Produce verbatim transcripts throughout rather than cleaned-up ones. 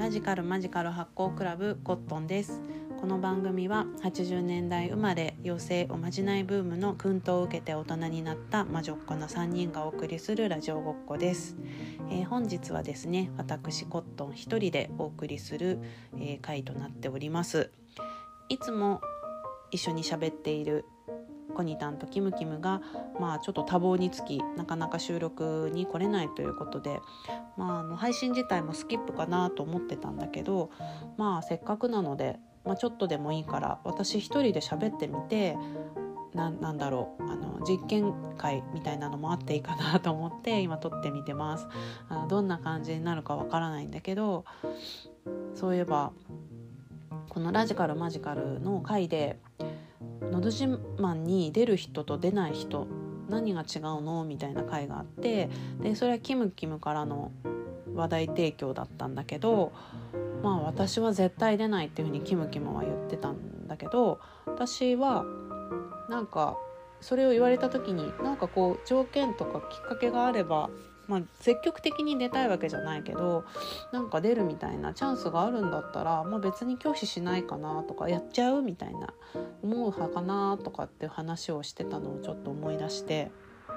ラジカルマジカル発行クラブコットンです。この番組ははちじゅうねんだい生まれ、妖精おまじないブームの薫陶を受けて大人になった魔女っ子のさんにんがお送りするラジオごっこです。えー、本日はですね、私コットン一人でお送りする、えー、回となっております。いつも一緒に喋っているコニタンとキムキムが、まあ、ちょっと多忙につきなかなか収録に来れないということで、まあ、あの配信自体もスキップかなと思ってたんだけど、まあせっかくなので、まあ、ちょっとでもいいから私一人で喋ってみて な, なんだろうあの実験会みたいなのもあっていいかなと思って今撮ってみてます。あどんな感じになるかわからないんだけど、そういえばこのラジカルマジカルの回でのど自慢に出る人と出ない人何が違うのみたいな回があって、でそれはキムキムからの話題提供だったんだけど、まあ私は絶対出ないっていうふうにキムキムは言ってたんだけど、私はなんかそれを言われた時になんかこう条件とかきっかけがあれば、まあ、積極的に出たいわけじゃないけどなんか出るみたいなチャンスがあるんだったら、まあ、別に拒否しないかなとかやっちゃうみたいな思う派かなとかっていう話をしてたのをちょっと思い出して、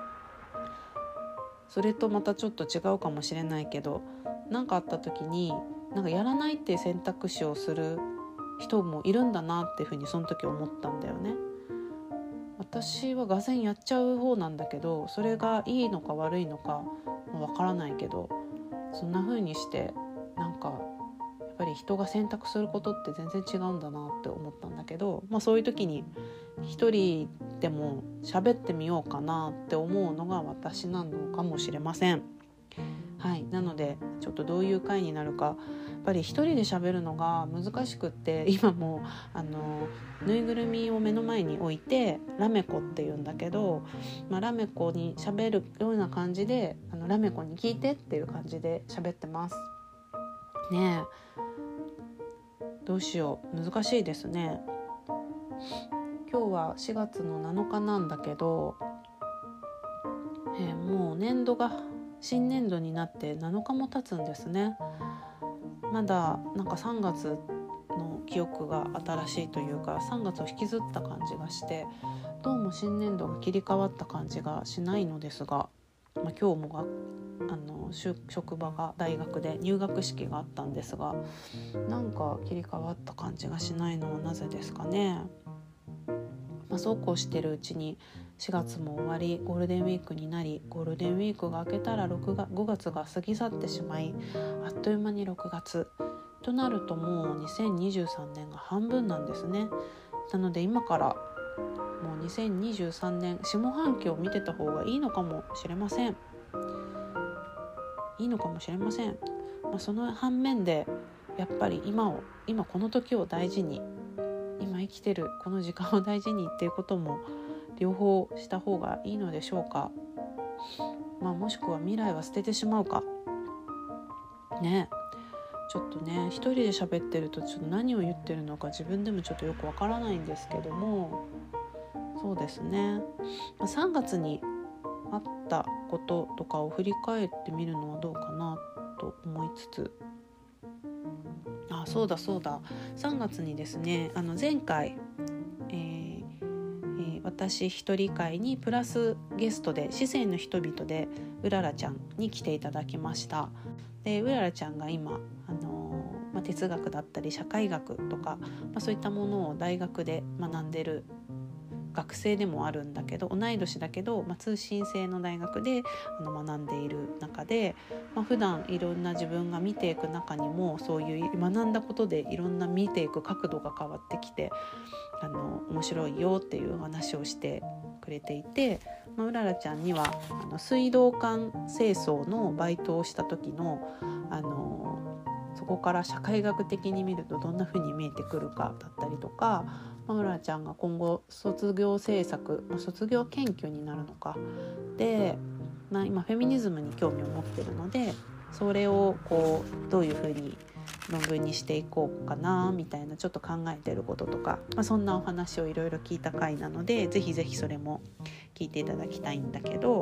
それとまたちょっと違うかもしれないけど、何かあった時になんかやらないっていう選択肢をする人もいるんだなっていうふうにその時思ったんだよね。私はがぜんやっちゃう方なんだけど、それがいいのか悪いのかわからないけど、そんな風にしてなんかやっぱり人が選択することって全然違うんだなって思ったんだけど、まあ、そういう時に一人でも喋ってみようかなって思うのが私なのかもしれません。はい、なのでちょっとどういう回になるか、やっぱり一人で喋るのが難しくって、今もあのぬいぐるみを目の前に置いてラメコって言うんだけど、まあ、ラメコに喋るような感じであのラメコに聞いてっていう感じで喋ってますね。えどうしよう、難しいですね。今日はしがつのなのかなんだけど、えー、もう年度が新年度になってなのかも経つんですね。まだなんかさんがつの記憶が新しいというか、さんがつを引きずった感じがして、どうも新年度が切り替わった感じがしないのですが、まあ、今日もがあの職場が大学で入学式があったんですが、なんか切り替わった感じがしないのはなぜですかね。まあ、そうこうしてるうちにしがつも終わり、ゴールデンウィークになり、ゴールデンウィークが明けたらろくがつごがつが過ぎ去ってしまい、あっという間にろくがつとなるともうにせんにじゅうさんねんが半分なんですね。なので今からもうにせんにじゅうさんねん下半期を見てた方がいいのかもしれませんいいのかもしれません、まあ、その反面でやっぱり今を今この時を大事に、今生きてるこの時間を大事にっていうことも両方した方がいいのでしょうか。まあ、もしくは未来は捨ててしまうかね。ちょっとね一人で喋ってるとちょっと何を言ってるのか自分でもちょっとよくわからないんですけども、そうですね、まあ、さんがつにあったこととかを振り返ってみるのはどうかなと思いつつ、あそうだそうださんがつにですね、あの前回、えーえー、私一人会にプラスゲストで四川の人々でうららちゃんに来ていただきました。でうららちゃんが今、あのーまあ、哲学だったり社会学とか、まあ、そういったものを大学で学んでる学生でもあるんだけど、同い年だけど、まあ、通信制の大学であの学んでいる中で、まあ、普段いろんな自分が見ていく中にもそういう学んだことでいろんな見ていく角度が変わってきて、あの面白いよっていう話をしてくれていて、まあ、うららちゃんにはあの水道管清掃のバイトをした時の、あのそこから社会学的に見るとどんな風に見えてくるかだったりとか、まあ、うららちゃんが今後卒業制作、まあ、卒業研究になるのかで、まあ、今フェミニズムに興味を持っているので、それをこうどういう風に論文にしていこうかなみたいなちょっと考えてることとか、まあ、そんなお話をいろいろ聞いた回なので、ぜひぜひそれも聞いていただきたいんだけど、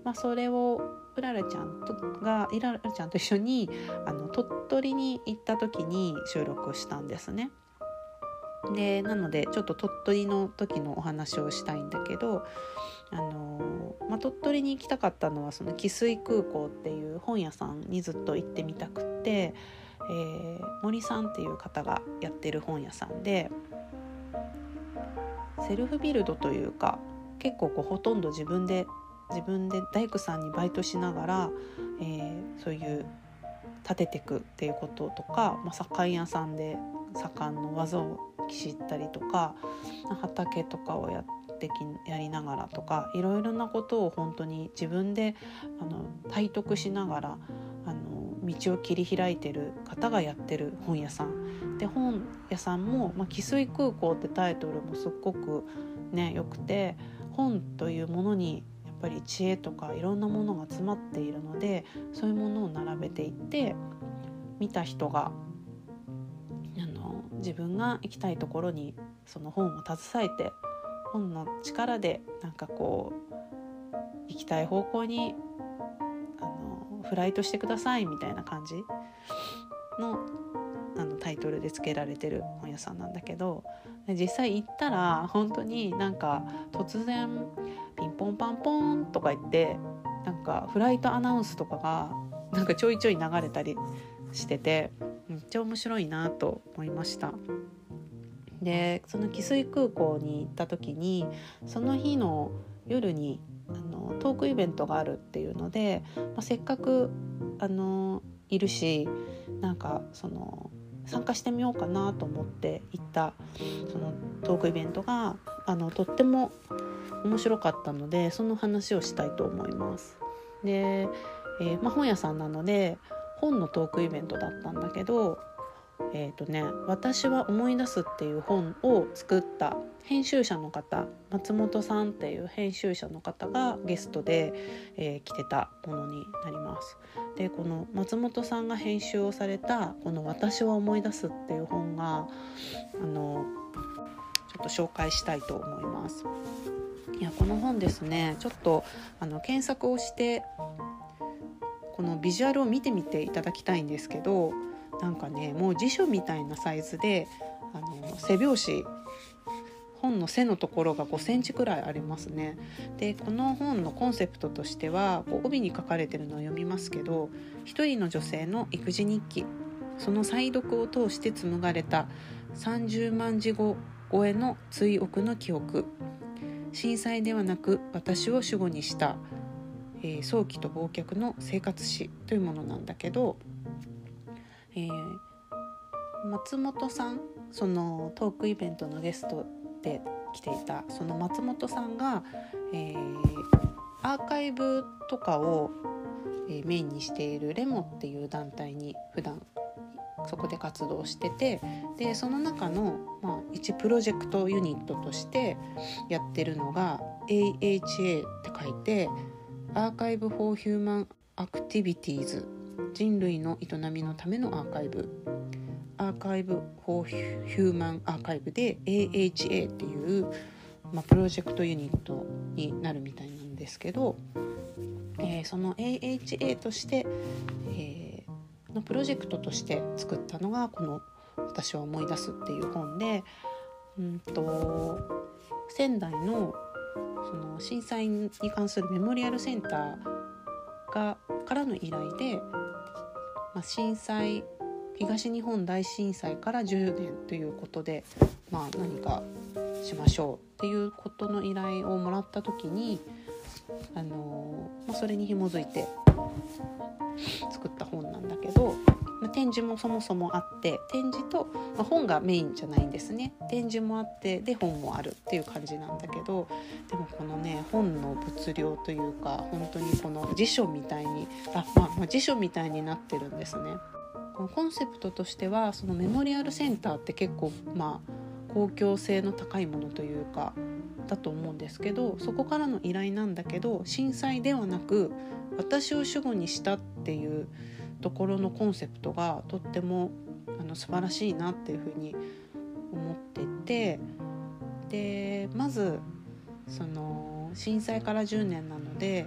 まあ、それをうららちゃんとがうららちゃんと一緒にあの鳥取に行った時に収録したんですね。でなのでちょっと鳥取の時のお話をしたいんだけど、あのまあ、鳥取に行きたかったのはその汽水空港っていう本屋さんにずっと行ってみたくって、えー、森さんっていう方がやってる本屋さんで、セルフビルドというか結構こうほとんど自分で自分で大工さんにバイトしながら、えー、そういう建ててくっていうこととか、まあ、左官屋さんで左官の技を知ったりとか、畑とかをやってきやりながらとか、いろいろなことを本当に自分であの体得しながらあの道を切り開いてる方がやってる本屋さんで、本屋さんも、まあ、汽水空港ってタイトルもすっごくねよくて、本というものにやっぱり知恵とかいろんなものが詰まっているので、そういうものを並べていって、見た人があの自分が行きたいところにその本を携えて、本の力でなんかこう行きたい方向にあのフライトしてくださいみたいな感じ の, あのタイトルで付けられてる本屋さんなんだけど、実際行ったら本当になんか突然ピンポンパンポンとか言ってなんかフライトアナウンスとかがなんかちょいちょい流れたりしてて、めっちゃ面白いなと思いました。でその汽水空港に行った時に、その日の夜にあのトークイベントがあるっていうので、まあ、せっかくあのいるしなんかその参加してみようかなと思って行ったそのトークイベントがあのとっても面白かったので、その話をしたいと思います。で、えーまあ、本屋さんなので本のトークイベントだったんだけど、えーとね、私は思い出すっていう本を作った編集者の方、松本さんっていう編集者の方がゲストで、えー、来てたものになります。でこの松本さんが編集をされたこの私は思い出すっていう本があのちょっと紹介したいと思います。いやこの本ですね、ちょっとあの検索をしてこのビジュアルを見てみていただきたいんですけど、なんかねもう辞書みたいなサイズで、あの背表紙、本の背のところがごセンチくらいありますね。でこの本のコンセプトとしては、こう帯に書かれてるのを読みますけど、一人の女性の育児日記、その再読を通して紡がれたさんじゅうまんじ語超えの追憶の記憶、震災ではなく私を主語にした、えー、早期と忘却の生活史というものなんだけど、えー、松本さん、そのトークイベントのゲストで来ていたその松本さんが、えー、アーカイブとかを、えー、メインにしているレモっていう団体に普段そこで活動してて、でその中の、まあ、一プロジェクトユニットとしてやってるのが エーエイチエー って書いてアーカイブ・フォー・ヒューマン・アクティビティーズ、人類の営みのためのアーカイブ、アーカイブ・フォー・ヒューマン・アーカイブで エーエイチエー っていう、まあ、プロジェクトユニットになるみたいなんですけど、えー、その エーエイチエー として、えー、のプロジェクトとして作ったのがこの私は思い出すっていう本で、うんと仙台のその震災に関するメモリアルセンターがからの依頼で、まあ、震災東日本大震災からじゅうねんということで、まあ、何かしましょうっていうことの依頼をもらった時に、あのーまあ、それに紐づいて作った本なんだけど、まあ、展示もそもそもあって、展示と、まあ、本がメインじゃないんですね。展示もあってで本もあるっていう感じなんだけど、でもこのね本の物量というか本当にこの辞書みたいにあ、まあ、まあ辞書みたいになってるんですね。コンセプトとしてはそのメモリアルセンターって結構まあ公共性の高いものというかだと思うんですけど、そこからの依頼なんだけど震災ではなく私を主語にしたっていうところのコンセプトがとってもあの素晴らしいなっていうふうに思ってて、でまずその震災からじゅうねんなので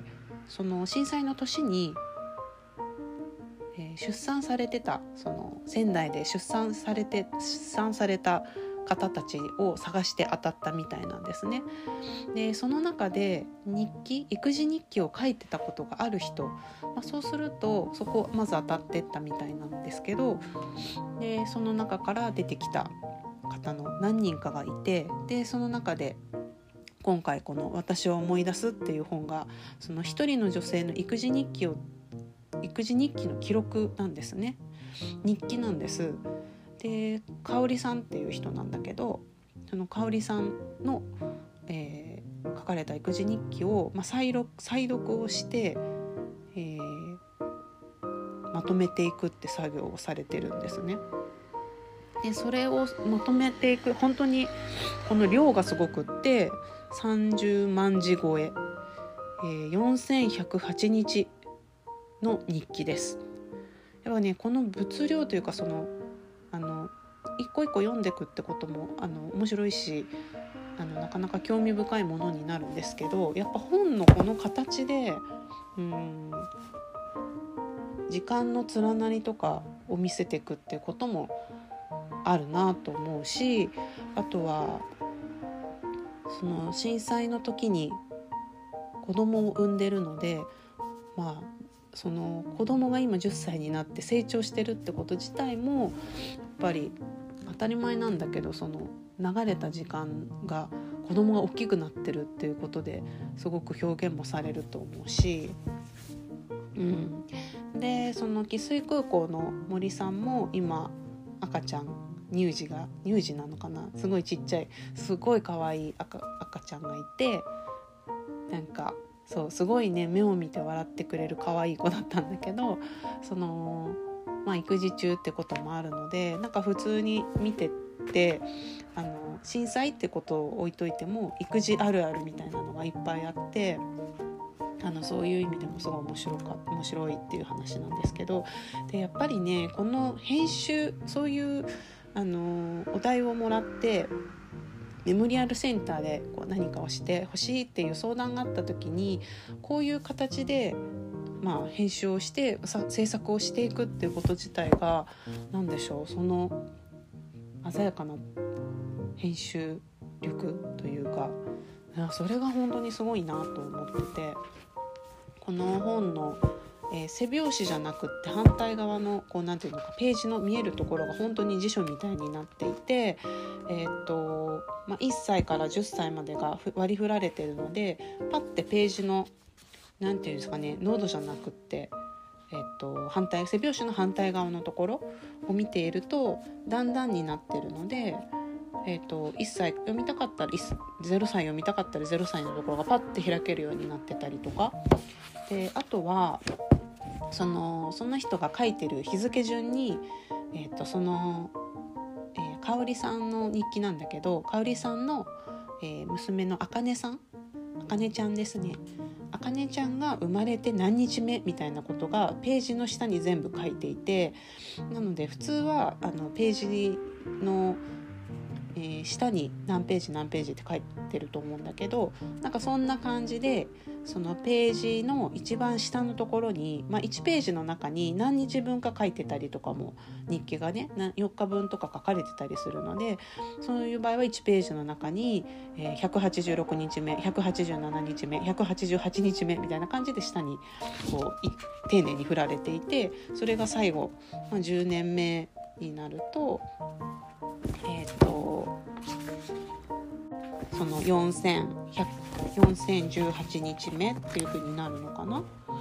その震災の年に、えー、出産されてたその仙台で出産されて出産された方たちを探して当たったみたいなんですね。でその中で日記育児日記を書いてたことがある人、まあ、そうするとそこまず当たってったみたいなんですけど、でその中から出てきた方の何人かがいて、でその中で今回この私を思い出すっていう本がその一人の女性の育児日記を育児日記の記録なんですね。日記なんです。で香織さんっていう人なんだけど、その香織さんの、えー、書かれた育児日記を、まあ、再録、再読をして、えー、まとめていくって作業をされてるんですね。でそれをまとめていく、本当にこの量がすごくってさんじゅうまんじ超え、えー、よんせんひゃくはちにちの日記です。やっぱねこの物量というかそのあの一個一個読んでいくってこともあの面白いし、あのなかなか興味深いものになるんですけど、やっぱ本のこの形でうーん時間の連なりとかを見せていくっていうこともあるなと思うし、あとはその震災の時に子供を産んでるので、まあその子供が今じゅっさいになって成長してるってこと自体もやっぱり当たり前なんだけど、その流れた時間が子供が大きくなってるっていうことですごく表現もされると思うし、うん、でその汽水空港の森さんも今赤ちゃん乳児が乳児なのかな、すごいちっちゃいすごい可愛い 赤, 赤ちゃんがいて、なんかそうすごいね目を見て笑ってくれる可愛い子だったんだけど、そのまあ育児中ってこともあるので、なんか普通に見ててあの震災ってことを置いといても育児あるあるみたいなのがいっぱいあって、あのそういう意味でもすごい面白か面白いっていう話なんですけど、でやっぱりねこの編集そういうあのお題をもらってメモリアルセンターでこう何かをしてほしいっていう相談があった時に、こういう形で、まあ、編集をして制作をしていくっていうこと自体が何でしょう、その鮮やかな編集力というか、それが本当にすごいなと思ってて、この本のえー、背表紙じゃなくって反対側のこうなんていうのかページの見えるところが本当に辞書みたいになっていて、えーっとまあ、いっさいからじゅっさいまでが割り振られているので、パッてページのなんていうんですかね、濃度じゃなくって、えーっと反対背表紙の反対側のところを見ていると段々になっているので、えーと、いっさい読みたかったらゼロさい読みたかったらゼロさいのところがパッて開けるようになってたりとかで、あとはそのその人が書いてる日付順に、えーとその、えー、香織さんの日記なんだけど、香織さんの、えー、娘のあかねさんあかねちゃんですね、あかねちゃんが生まれて何日目みたいなことがページの下に全部書いていて、なので普通はあのページのえー、下に何ページ何ページって書いてると思うんだけど、なんかそんな感じでそのページの一番下のところに、まあ、いちページの中に何日分か書いてたりとかも、日記がねよっかぶんとか書かれてたりするので、そういう場合はいちページの中に、えー、ひゃくはちじゅうろくにちめひゃくはちじゅうななにちめひゃくはちじゅうはちにちめみたいな感じで下にこう丁寧に振られていて、それが最後、まあ、じゅうねんめになるとえっとそのよんせんじゅうはちにちめっていう風になるのかな。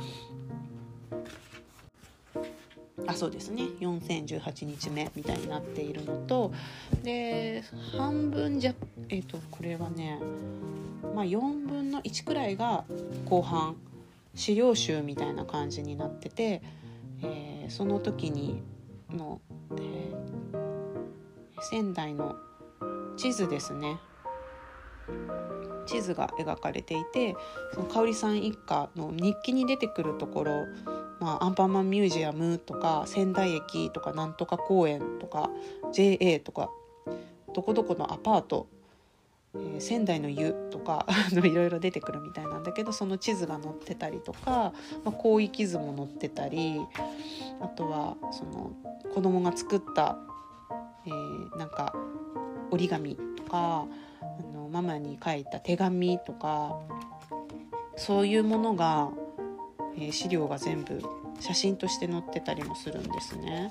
あ、そうですね、よんせんじゅうはちにちめみたいになっているのと、で半分じゃえっとこれはね、まあよんぶんのいちくらいが後半資料集みたいな感じになってて、えー、その時にの、えー、仙台の地図ですね、地図が描かれていて、その香織さん一家の日記に出てくるところ、まあ、アンパンマンミュージアムとか仙台駅とかなんとか公園とか ジェーエー とかどこどこのアパートえー、仙台の湯とかいろいろ出てくるみたいなんだけど、その地図が載ってたりとか、まあ、広域図も載ってたり、あとはその子供が作った、えー、なんか折り紙とか、あのママに書いた手紙とか、そういうものが、えー、資料が全部写真として載ってたりもするんですね。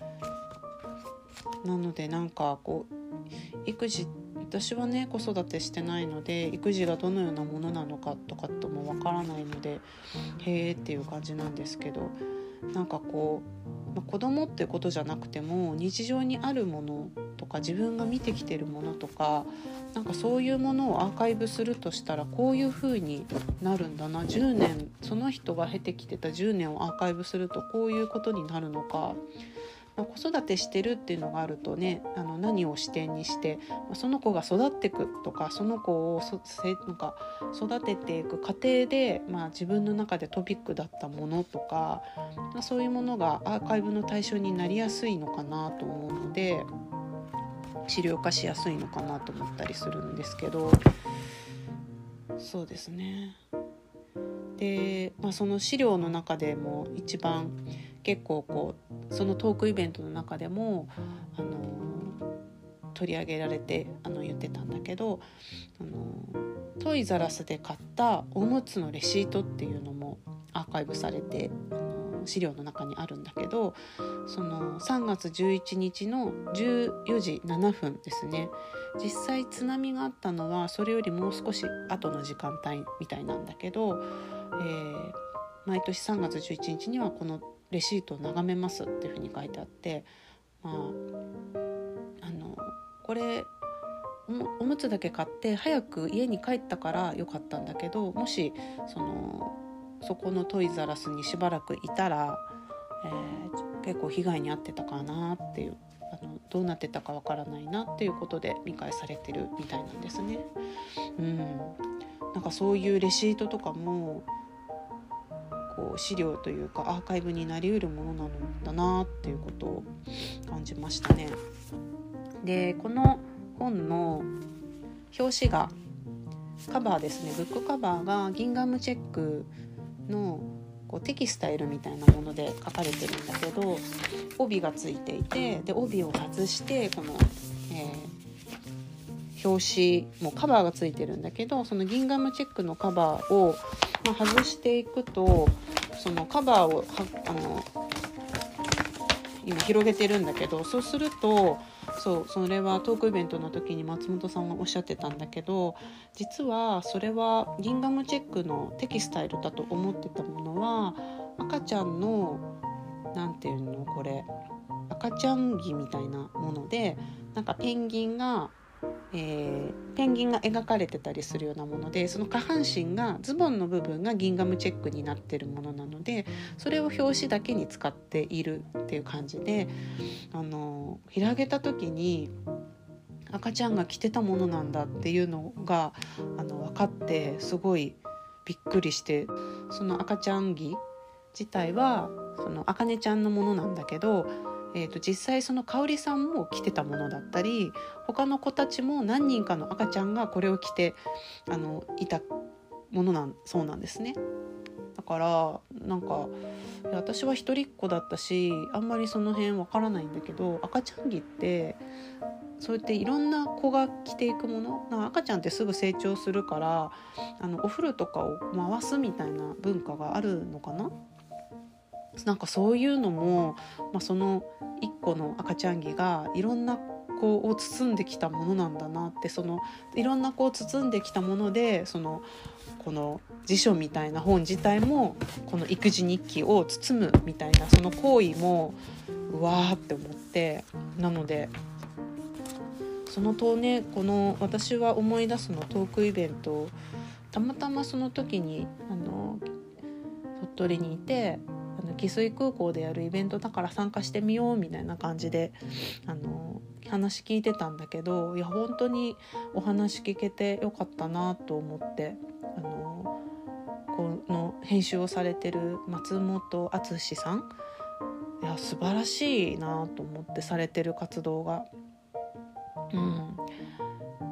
なのでなんかこう育児、私はね子育てしてないので育児がどのようなものなのかとかともわからないので、へーっていう感じなんですけど、なんかこう、まあ、子供ってことじゃなくても日常にあるものとか自分が見てきてるものとか、なんかそういうものをアーカイブするとしたらこういう風になるんだな、じゅうねんその人が経てきてたじゅうねんをアーカイブするとこういうことになるのか。まあ、子育てしてるっていうのがあるとね、あの何を視点にして、まあ、その子が育っていくとか、その子をそせなんか育てていく過程で、まあ、自分の中でトピックだったものとか、まあ、そういうものがアーカイブの対象になりやすいのかなと思うので、資料化しやすいのかなと思ったりするんですけど、そうですね。で、まあ、その資料の中でも一番結構こうそのトークイベントの中でもあの取り上げられてあの言ってたんだけど、あのトイザラスで買ったおむつのレシートっていうのもアーカイブされてあの資料の中にあるんだけど、そのさんがつじゅういちにちのじゅうよじななふんですね。実際津波があったのはそれよりもう少し後の時間帯みたいなんだけど、えー、毎年さんがつじゅういちにちにはこのレシートを眺めますっていうふうに書いてあって、まあ、あのこれ お, おむつだけ買って早く家に帰ったからよかったんだけど、もしそのそこのトイザラスにしばらくいたら、えー、結構被害に遭ってたかなっていう、あのどうなってたかわからないなっていうことで見返されてるみたいなんですね。うん、なんかそういうレシートとかもこう資料というかアーカイブになりうるものなんだなっていうことを感じましたね。で、この本の表紙がカバーですね、ブックカバーがギンガムチェックのこうテキスタイルみたいなもので書かれてるんだけど、帯がついていて、で帯を外してこの、えー、表紙もカバーがついてるんだけど、そのギンガムチェックのカバーを、まあ、外していくと、そのカバーをはあの今広げてるんだけど、そうするとそうそれはトークイベントの時に松本さんがおっしゃってたんだけど、実はそれはギンガムチェックのテキスタイルだと思ってたものは赤ちゃんのなんていうのこれ赤ちゃん着みたいなもので、なんかペンギンがえー、ペンギンが描かれてたりするようなもので、その下半身がズボンの部分がギンガムチェックになってるものなので、それを表紙だけに使っているっていう感じで、あの広げた時に赤ちゃんが着てたものなんだっていうのがあの分かって、すごいびっくりして、その赤ちゃん着自体はそのあかねちゃんのものなんだけど、えー、と実際その香織さんも着てたものだったり、他の子たちも何人かの赤ちゃんがこれを着てあのいたものなんそうなんですね。だからなんかいや私は一人っ子だったし、あんまりその辺わからないんだけど、赤ちゃん着ってそうやっていろんな子が着ていくもの、なんか赤ちゃんってすぐ成長するから、あのお風呂とかを回すみたいな文化があるのかな。なんかそういうのも、まあ、その一個の赤ちゃん着がいろんな子を包んできたものなんだなって、そのいろんな子を包んできたもので、そのこの辞書みたいな本自体もこの育児日記を包むみたいな、その行為もうわーって思って、なのでそのとね、この私は思い出すのトークイベント、たまたまその時にあの鳥取にいて、あの汽水空港でやるイベントだから参加してみようみたいな感じであの話聞いてたんだけど、いや本当にお話聞けてよかったなと思って、あのこの編集をされてる松本敦さん、いや素晴らしいなと思って、されてる活動が、うん、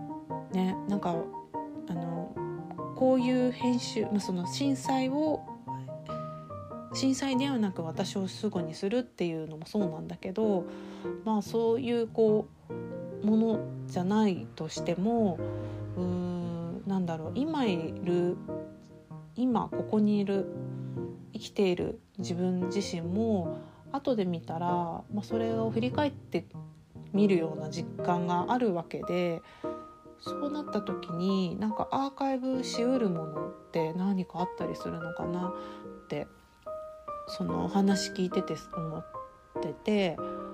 ね、なんかあのこういう編集、まあ、その震災を震災ではなく私をすぐにするっていうのもそうなんだけど、まあそういうこうものじゃないとしても、うーんなんだろう、今いる今ここにいる生きている自分自身も後で見たら、まあ、それを振り返って見るような実感があるわけで、そうなった時になんかアーカイブしうるものって何かあったりするのかなってそのお話聞いてて思ってて、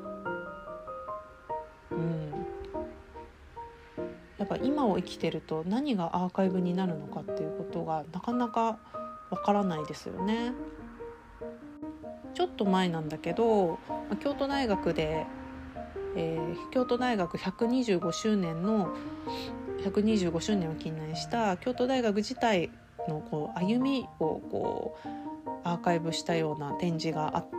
うん、やっぱ今を生きてると何がアーカイブになるのかっていうことがなかなかわからないですよね。ちょっと前なんだけど京都大学で、えー、京都大学ひゃくにじゅうごしゅうねんのひゃくにじゅうごしゅうねんを記念した京都大学自体のこう歩みをこうアーカイブしたような展示があって、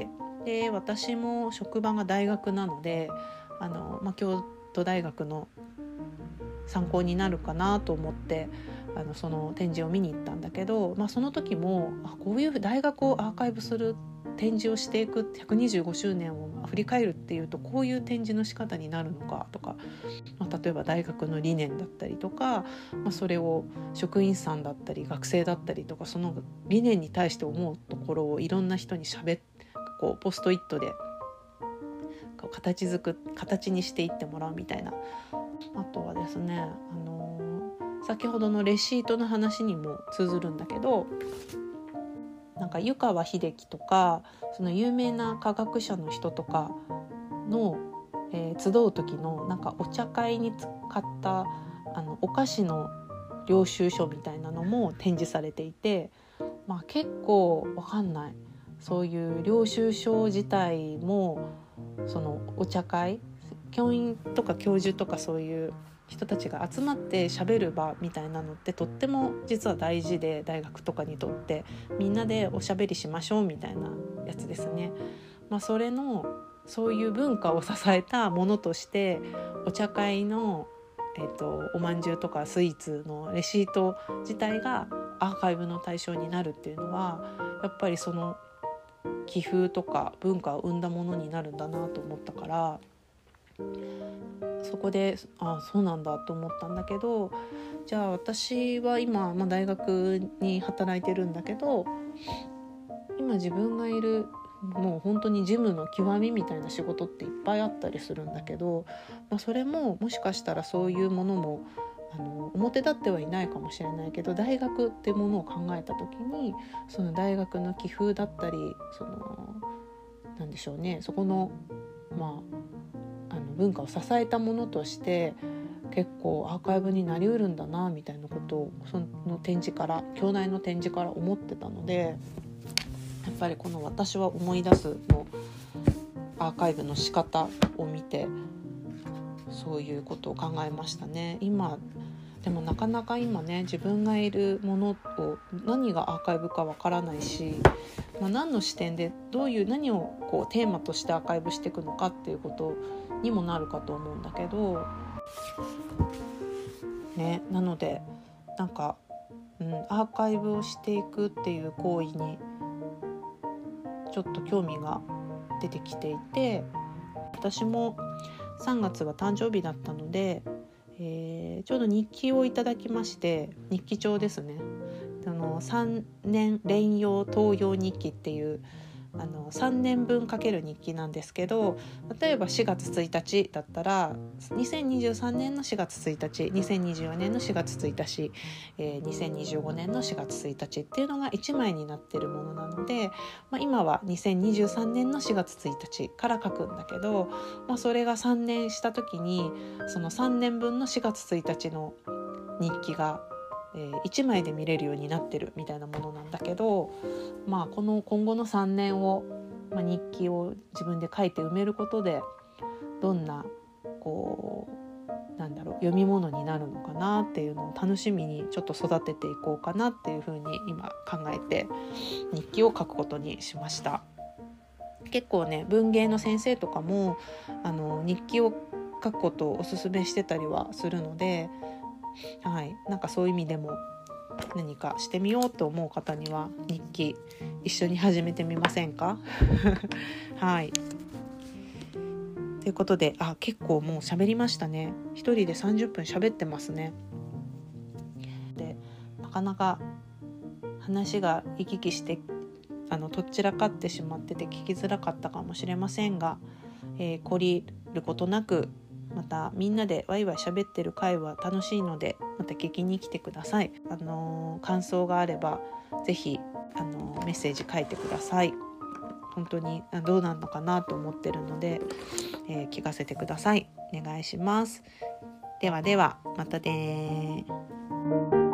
で私も職場が大学なのであの、まあ、京都大学の参考になるかなと思ってあのその展示を見に行ったんだけど、まあ、その時もあこういう大学をアーカイブする展示をしていくひゃくにじゅうごしゅうねんを振り返るっていうとこういう展示の仕方になるのかとか、まあ、例えば大学の理念だったりとか、まあ、それを職員さんだったり学生だったりとかその理念に対して思うところをいろんな人にしゃべっこうポストイットでこう形づく形にしていってもらうみたいな。あとはですね、あのー、先ほどのレシートの話にも通ずるんだけど、なんか湯川秀樹とかその有名な科学者の人とかの、えー、集う時のなんかお茶会に使ったあのお菓子の領収書みたいなのも展示されていて、まあ、結構わかんないそういう領収書自体もそのお茶会教員とか教授とかそういう人たちが集まって喋る場みたいなのってとっても実は大事で、大学とかにとってみんなでおしゃべりしましょうみたいなやつですね。まあ、それのそういう文化を支えたものとしてお茶会の、えーと、おまんじゅうとかスイーツのレシート自体がアーカイブの対象になるっていうのはやっぱりその気風とか文化を生んだものになるんだなと思ったから、そこであそうなんだと思ったんだけど、じゃあ私は今、まあ、大学に働いてるんだけど、今自分がいるもう本当に事務の極みみたいな仕事っていっぱいあったりするんだけど、まあ、それももしかしたらそういうものもあの表立ってはいないかもしれないけど、大学ってものを考えた時にその大学の気風だったりそのなんでしょうね、そこのまああの文化を支えたものとして結構アーカイブになりうるんだなみたいなことをその展示から兄弟の展示から思ってたので、やっぱりこの私は思い出すのアーカイブの仕方を見てそういうことを考えましたね。今でもなかなか今ね自分がいるものを何がアーカイブかわからないし、まあ、何の視点でどういう何をこうテーマとしてアーカイブしていくのかっていうことにもなるかと思うんだけどね、なのでなんか、うん、アーカイブをしていくっていう行為にちょっと興味が出てきていて、私もさんがつが誕生日だったので、えー、ちょうど日記をいただきまして、日記帳ですね、あのさんねん連用東洋日記っていうあのさんねんぶんかける日記なんですけど、例えばしがつついたちだったらにせんにじゅうさんねんのしがつついたち、にせんにじゅうよねんのしがつついたち、えー、にせんにじゅうごねんのしがつついたちっていうのがいちまいになってるものなので、まあ、今はにせんにじゅうさんねんのしがつついたちから書くんだけど、まあ、それがさんねんした時にそのさんねんぶんのしがつついたちの日記がえー、いちまいで見れるようになってるみたいなものなんだけど、まあ、この今後のさんねんを、まあ、日記を自分で書いて埋めることでどんなこうなんだろう読み物になるのかなっていうのを楽しみにちょっと育てていこうかなっていうふうに今考えて日記を書くことにしました。結構ね文芸の先生とかもあの日記を書くことをおすすめしてたりはするので、 はい、なんかそういう意味でも何かしてみようと思う方には日記一緒に始めてみませんかはいということで、あ、結構もう喋りましたね。一人でさんじゅっぷん喋ってますね。で、なかなか話が行き来してあのとっちらかってしまってて聞きづらかったかもしれませんが、えー、懲りることなく、またみんなでワイワイ喋ってる会は楽しいので、また聞きに来てください。あのー、感想があればぜひ、あのー、メッセージ書いてください。本当にどうなるのかなと思ってるので、えー、聞かせてください。お願いします。ではではまたね。